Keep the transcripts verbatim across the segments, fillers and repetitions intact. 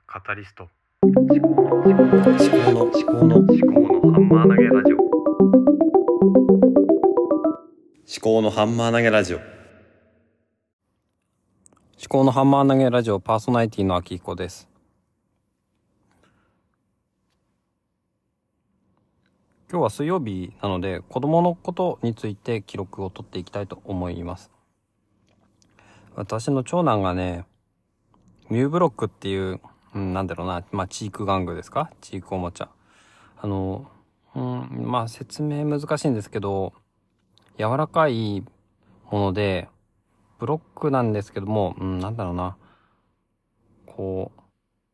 カタリスト思考の思考の思考の思考のハンマー投げラジオ思考のハンマー投げラジオ思考のハンマー投げラジオパーソナリティの秋彦です。今日は水曜日なので子供のことについて記録を取っていきたいと思います。私の長男がね、ミューブロックっていう、うん、なんだろうな、まあチーク玩具ですか、チークおもちゃ。あの、うん、まあ説明難しいんですけど、柔らかいもので、ブロックなんですけども、うん、なんだろうな、こう、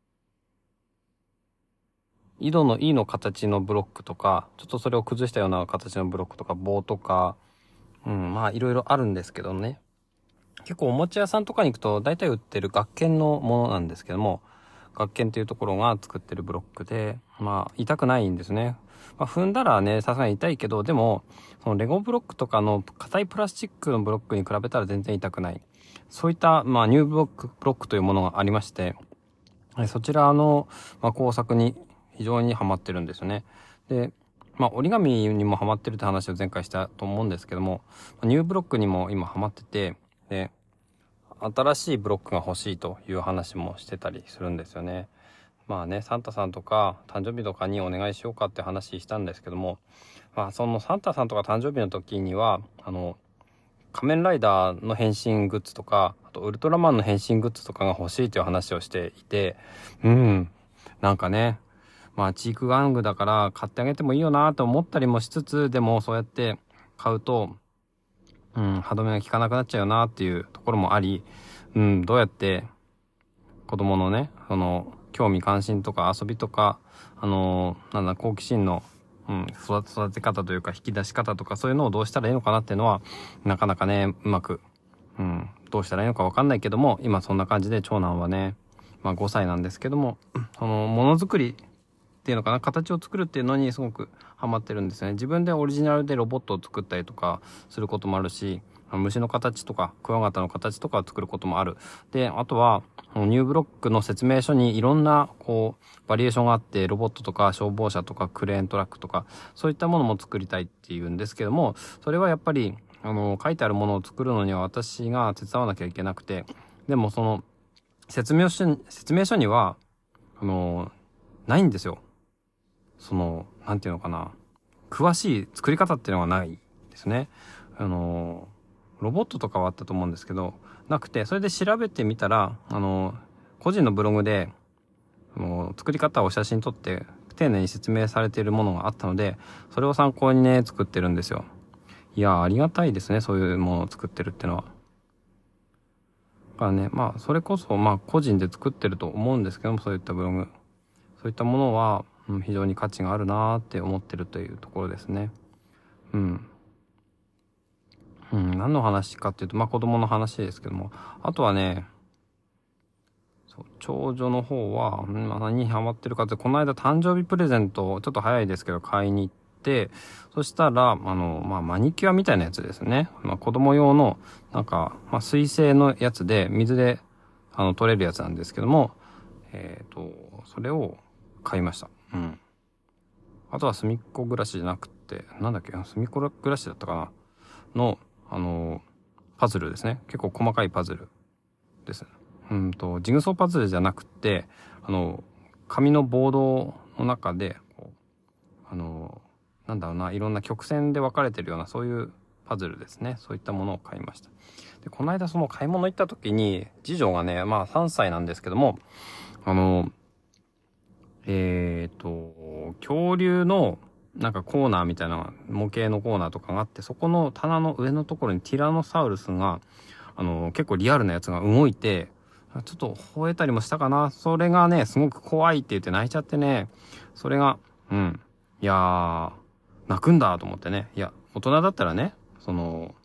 井戸の、井の形のブロックとか、ちょっとそれを崩したような形のブロックとか、棒とか、うん、まあいろいろあるんですけどね。結構おもちゃ屋さんとかに行くと大体売ってる学研のものなんですけども、学研っていうところが作ってるブロックで、まあ痛くないんですね。まあ踏んだらね、さすがに痛いけど、でも、そのレゴブロックとかの硬いプラスチックのブロックに比べたら全然痛くない。そういった、まあニューブロック、ブロックというものがありまして、そちらの、まあ、工作に非常にハマってるんですよね。で、まあ折り紙にもハマってるって話を前回したと思うんですけども、ニューブロックにも今ハマってて、で、新しいブロックが欲しいという話もしてたりするんですよね。まあね、サンタさんとか誕生日とかにお願いしようかって話したんですけども、まあそのサンタさんとか誕生日の時には、あの、仮面ライダーの変身グッズとか、あとウルトラマンの変身グッズとかが欲しいという話をしていて、うん、なんかね、まあチーク玩具だから買ってあげてもいいよなと思ったりもしつつ、でもそうやって買うと、うん、歯止めが効かなくなっちゃうよなっていうところもあり、うん、どうやって子供のね、その、興味関心とか遊びとか、あのー、なんだ、好奇心の、うん、育て、育て方というか引き出し方とかそういうのをどうしたらいいのかなっていうのは、なかなかね、うまく、うん、どうしたらいいのかわかんないけども、今そんな感じで長男はね、まあごさいなんですけども、その、ものづくりっていうのかな、形を作るっていうのにすごくハマってるんですよね。自分でオリジナルでロボットを作ったりとかすることもあるし、虫の形とかクワガタの形とかを作ることもある。で、あとはニューブロックの説明書にいろんなこうバリエーションがあって、ロボットとか消防車とかクレーントラックとかそういったものも作りたいっていうんですけども、それはやっぱりあの書いてあるものを作るのには私が手伝わなきゃいけなくて、でもその説明書に説明書にはあのないんですよ。その、なんていうのかな。詳しい作り方っていうのがないですね。あの、ロボットとかはあったと思うんですけど、なくて、それで調べてみたら、あの、個人のブログで、あの作り方を写真撮って、丁寧に説明されているものがあったので、それを参考にね、作ってるんですよ。いや、ありがたいですね、そういうものを作ってるっていうのは。だからね、まあ、それこそ、まあ、個人で作ってると思うんですけども、そういったブログ。そういったものは、うん、非常に価値があるなーって思ってるというところですね。うん。うん、何の話かっていうと、まあ子供の話ですけども、あとはね、そう長女の方は、うん、まあ、何にハマってるかって、この間誕生日プレゼントをちょっと早いですけど買いに行って、そしたら、あの、まあマニキュアみたいなやつですね。まあ子供用の、なんか、まあ水性のやつで、水で、あの、取れるやつなんですけども、えっと、それを買いました。うん。あとは隅っこ暮らしじゃなくて、なんだっけ、隅っこ暮らしだったかなの、あのー、パズルですね。結構細かいパズルです。うんと、ジグソーパズルじゃなくて、あの、紙のボードの中で、こう、あのー、なんだろうな、いろんな曲線で分かれてるような、そういうパズルですね。そういったものを買いました。で、この間その買い物行った時に、次女がね、まあさんさいなんですけども、あのー、えっと、恐竜のなんかコーナーみたいな模型のコーナーとかがあって、そこの棚の上のところにティラノサウルスが、あの、結構リアルなやつが動いて、ちょっと吠えたりもしたかな。それがね、すごく怖いって言って泣いちゃってね、それが、うん。いやー、泣くんだと思ってね。いや、大人だったらね、その、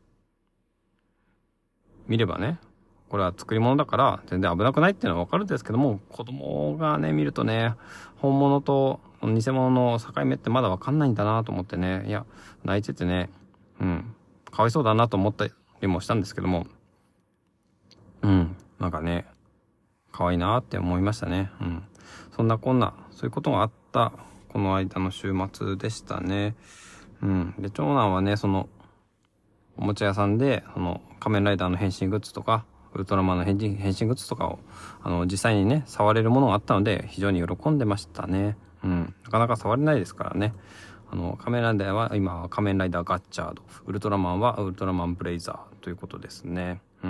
見ればね、これは作り物だから全然危なくないっていうのはわかるんですけども、子供がね、見るとね、本物と偽物の境目ってまだわかんないんだなと思ってね、いや、泣いててね、うん、かわいそうだなと思ったりもしたんですけども、うん、なんかね、可愛いなって思いましたね。うん。 そんなこんな、そういうことがあった、この間の週末でしたね。うん。で、長男はね、その、おもちゃ屋さんで、その、仮面ライダーの変身グッズとか、ウルトラマンの変身、変身グッズとかを、あの、実際にね、触れるものがあったので、非常に喜んでましたね。うん。なかなか触れないですからね。あの、仮面ライダーは、今は仮面ライダーガッチャード。ウルトラマンはウルトラマンブレイザーということですね。うん。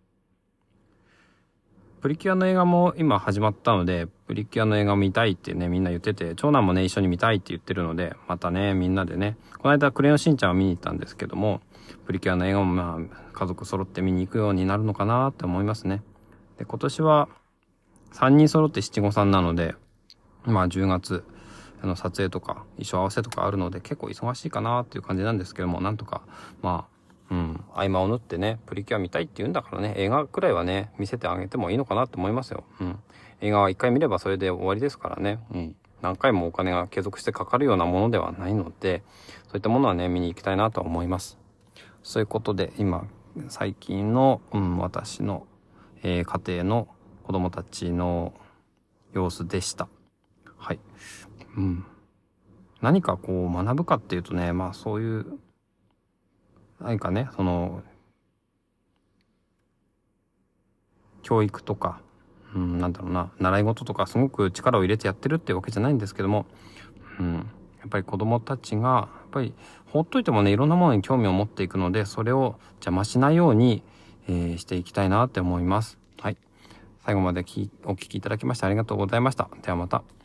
プリキュアの映画も今始まったので、プリキュアの映画を見たいってね、みんな言ってて、長男もね、一緒に見たいって言ってるので、またね、みんなでね、この間クレヨンしんちゃんを見に行ったんですけども、プリキュアの映画もまあ、家族揃って見に行くようになるのかなって思いますね。で、今年はさんにん揃って七五三なので、まあじゅうがつ、あの撮影とか衣装合わせとかあるので結構忙しいかなっていう感じなんですけども、なんとか、まあ、うん、合間を縫ってね、プリキュア見たいって言うんだからね、映画くらいはね、見せてあげてもいいのかなって思いますよ。うん。映画は一回見ればそれで終わりですからね。うん。何回もお金が継続してかかるようなものではないので、そういったものはね、見に行きたいなとは思います。そういうことで、今、最近の、うん、私の、えー、家庭の子供たちの様子でした。はい。うん。何かこう学ぶかっていうとね、まあそういう、何かね、その、教育とか、うん、なんだろうな、習い事とかすごく力を入れてやってるってわけじゃないんですけども、うん、やっぱり子供たちが、やっぱりほっといてもね、いろんなものに興味を持っていくので、それを邪魔しないように、えー、していきたいなって思います。はい。最後まできお聞きいただきましてありがとうございました。ではまた。